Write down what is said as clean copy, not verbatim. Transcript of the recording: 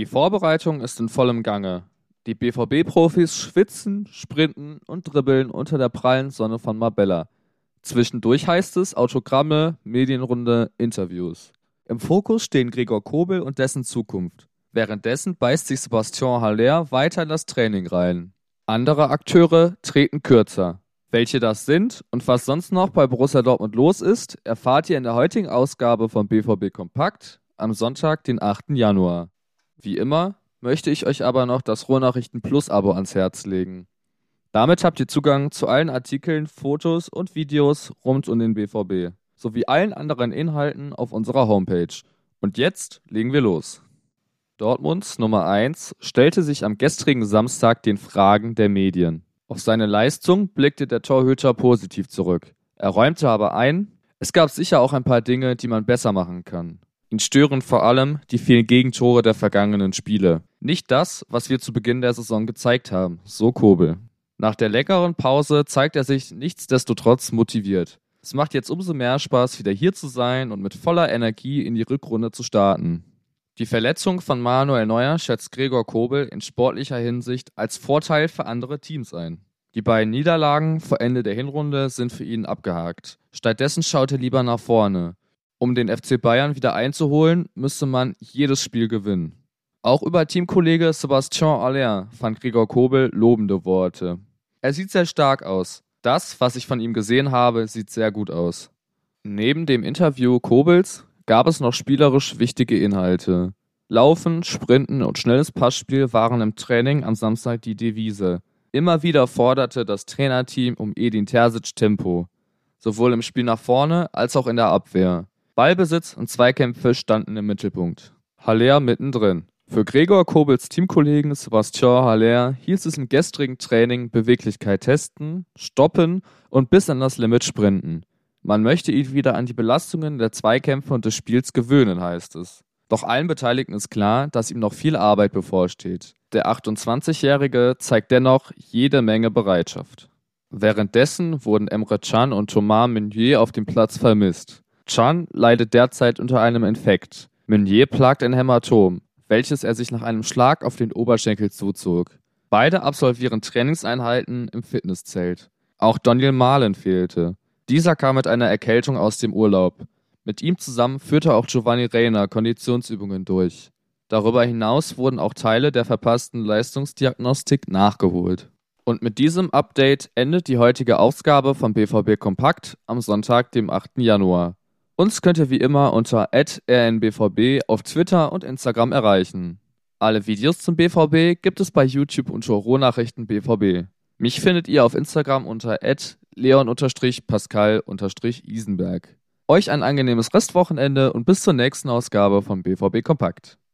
Die Vorbereitung ist in vollem Gange. Die BVB-Profis schwitzen, sprinten und dribbeln unter der prallen Sonne von Marbella. Zwischendurch heißt es Autogramme, Medienrunde, Interviews. Im Fokus stehen Gregor Kobel und dessen Zukunft. Währenddessen beißt sich Sebastian Haller weiter in das Training rein. Andere Akteure treten kürzer. Welche das sind und was sonst noch bei Borussia Dortmund los ist, erfahrt ihr in der heutigen Ausgabe von BVB Kompakt am Sonntag, den 8. Januar. Wie immer möchte ich euch aber noch das Ruhrnachrichten Plus Abo ans Herz legen. Damit habt ihr Zugang zu allen Artikeln, Fotos und Videos rund um den BVB, sowie allen anderen Inhalten auf unserer Homepage. Und jetzt legen wir los. Dortmunds Nummer 1 stellte sich am gestrigen Samstag den Fragen der Medien. Auf seine Leistung blickte der Torhüter positiv zurück. Er räumte aber ein, es gab sicher auch ein paar Dinge, die man besser machen kann. Ihn stören vor allem die vielen Gegentore der vergangenen Spiele. Nicht das, was wir zu Beginn der Saison gezeigt haben, so Kobel. Nach der längeren Pause zeigt er sich nichtsdestotrotz motiviert. Es macht jetzt umso mehr Spaß, wieder hier zu sein und mit voller Energie in die Rückrunde zu starten. Die Verletzung von Manuel Neuer schätzt Gregor Kobel in sportlicher Hinsicht als Vorteil für andere Teams ein. Die beiden Niederlagen vor Ende der Hinrunde sind für ihn abgehakt. Stattdessen schaut er lieber nach vorne. Um den FC Bayern wieder einzuholen, müsste man jedes Spiel gewinnen. Auch über Teamkollege Sebastian Haller fand Gregor Kobel lobende Worte. Er sieht sehr stark aus. Das, was ich von ihm gesehen habe, sieht sehr gut aus. Neben dem Interview Kobels gab es noch spielerisch wichtige Inhalte. Laufen, Sprinten und schnelles Passspiel waren im Training am Samstag die Devise. Immer wieder forderte das Trainerteam um Edin Terzic Tempo. Sowohl im Spiel nach vorne als auch in der Abwehr. Ballbesitz und Zweikämpfe standen im Mittelpunkt. Haller mittendrin. Für Gregor Kobels Teamkollegen Sebastian Haller hieß es im gestrigen Training Beweglichkeit testen, stoppen und bis an das Limit sprinten. Man möchte ihn wieder an die Belastungen der Zweikämpfe und des Spiels gewöhnen, heißt es. Doch allen Beteiligten ist klar, dass ihm noch viel Arbeit bevorsteht. Der 28-Jährige zeigt dennoch jede Menge Bereitschaft. Währenddessen wurden Emre Can und Thomas Meunier auf dem Platz vermisst. Can leidet derzeit unter einem Infekt. Meunier plagt ein Hämatom, welches er sich nach einem Schlag auf den Oberschenkel zuzog. Beide absolvieren Trainingseinheiten im Fitnesszelt. Auch Daniel Mahlen fehlte. Dieser kam mit einer Erkältung aus dem Urlaub. Mit ihm zusammen führte auch Giovanni Reyna Konditionsübungen durch. Darüber hinaus wurden auch Teile der verpassten Leistungsdiagnostik nachgeholt. Und mit diesem Update endet die heutige Ausgabe von BVB Kompakt am Sonntag, dem 8. Januar. Uns könnt ihr wie immer unter @rnbvb auf Twitter und Instagram erreichen. Alle Videos zum BVB gibt es bei YouTube unter Ruhrnachrichten BVB. Mich findet ihr auf Instagram unter @leon_pascal_isenberg. Euch ein angenehmes Restwochenende und bis zur nächsten Ausgabe von BVB Kompakt.